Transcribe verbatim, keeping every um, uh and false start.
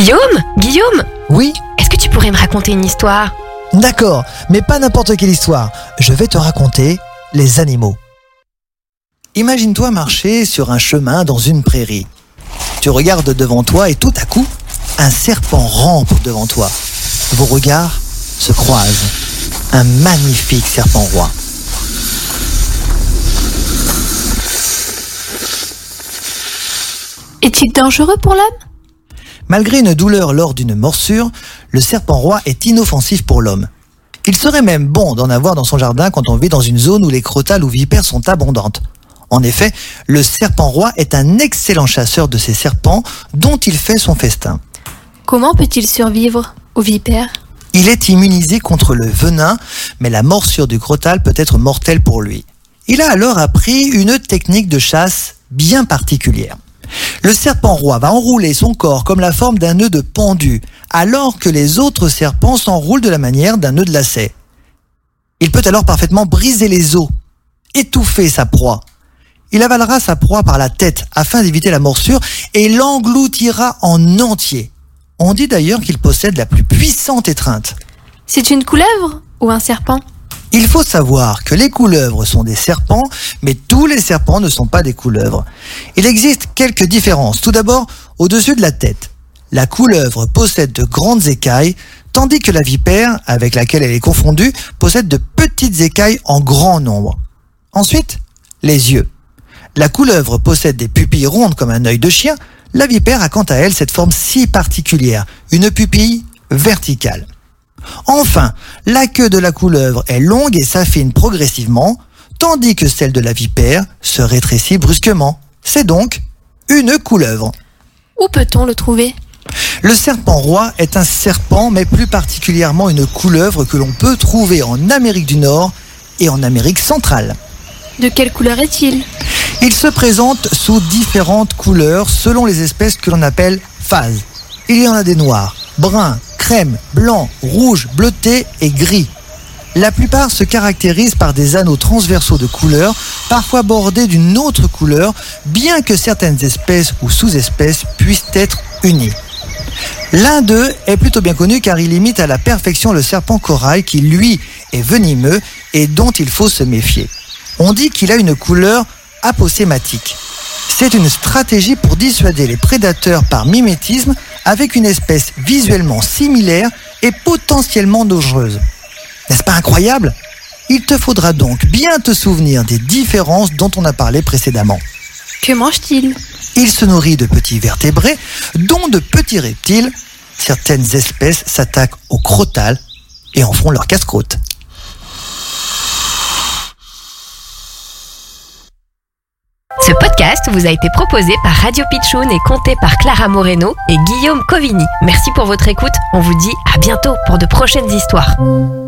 Guillaume Guillaume Oui, Est-ce que tu pourrais me raconter une histoire? d'accord, mais pas n'importe quelle histoire. Je vais te raconter les animaux. Imagine-toi marcher sur un chemin dans une prairie. Tu regardes devant toi et tout à coup, un serpent rampe devant toi. Vos regards se croisent. Un magnifique serpent roi. Est-il dangereux pour l'homme? Malgré une douleur lors d'une morsure, le serpent roi est inoffensif pour l'homme. Il serait même bon d'en avoir dans son jardin quand on vit dans une zone où les crotales ou vipères sont abondantes. En effet, le serpent roi est un excellent chasseur de ces serpents dont il fait son festin. Comment peut-il survivre aux vipères? Il est immunisé contre le venin, mais la morsure du crotale peut être mortelle pour lui. Il a alors appris une technique de chasse bien particulière. Le serpent roi va enrouler son corps comme la forme d'un nœud de pendu, alors que les autres serpents s'enroulent de la manière d'un nœud de lacet. Il peut alors parfaitement briser les os, étouffer sa proie. Il avalera sa proie par la tête afin d'éviter la morsure et l'engloutira en entier. On dit d'ailleurs qu'il possède la plus puissante étreinte. C'est une couleuvre ou un serpent? Il faut savoir que les couleuvres sont des serpents, mais tous les serpents ne sont pas des couleuvres. Il existe quelques différences. Tout d'abord, au-dessus de la tête. La couleuvre possède de grandes écailles, tandis que la vipère, avec laquelle elle est confondue, possède de petites écailles en grand nombre. Ensuite, les yeux. La couleuvre possède des pupilles rondes comme un œil de chien. La vipère a quant à elle cette forme si particulière, une pupille verticale. Enfin, la queue de la couleuvre est longue et s'affine progressivement, tandis que celle de la vipère se rétrécit brusquement. C'est donc une couleuvre. Où peut-on le trouver? Le serpent roi est un serpent, mais plus particulièrement une couleuvre que l'on peut trouver en Amérique du Nord et en Amérique centrale. De quelle couleur est-il? Il se présente sous différentes couleurs selon les espèces que l'on appelle phases. Il y en a des noirs, bruns, crème, blanc, rouge, bleuté et gris. La plupart se caractérisent par des anneaux transversaux de couleurs, parfois bordés d'une autre couleur, bien que certaines espèces ou sous-espèces puissent être unies. L'un d'eux est plutôt bien connu car il imite à la perfection le serpent corail qui, lui, est venimeux et dont il faut se méfier. On dit qu'il a une couleur aposématique. C'est une stratégie pour dissuader les prédateurs par mimétisme avec une espèce visuellement similaire et potentiellement dangereuse. N'est-ce pas incroyable? Il te faudra donc bien te souvenir des différences dont on a parlé précédemment. Que mange-t-il? Il se nourrit de petits vertébrés, dont de petits reptiles. Certaines espèces s'attaquent aux crotales et en font leur casse-croûte. Ce podcast vous a été proposé par Radio Pitchoun et compté par Clara Moreno et Guillaume Covini. Merci pour votre écoute. On vous dit à bientôt pour de prochaines histoires.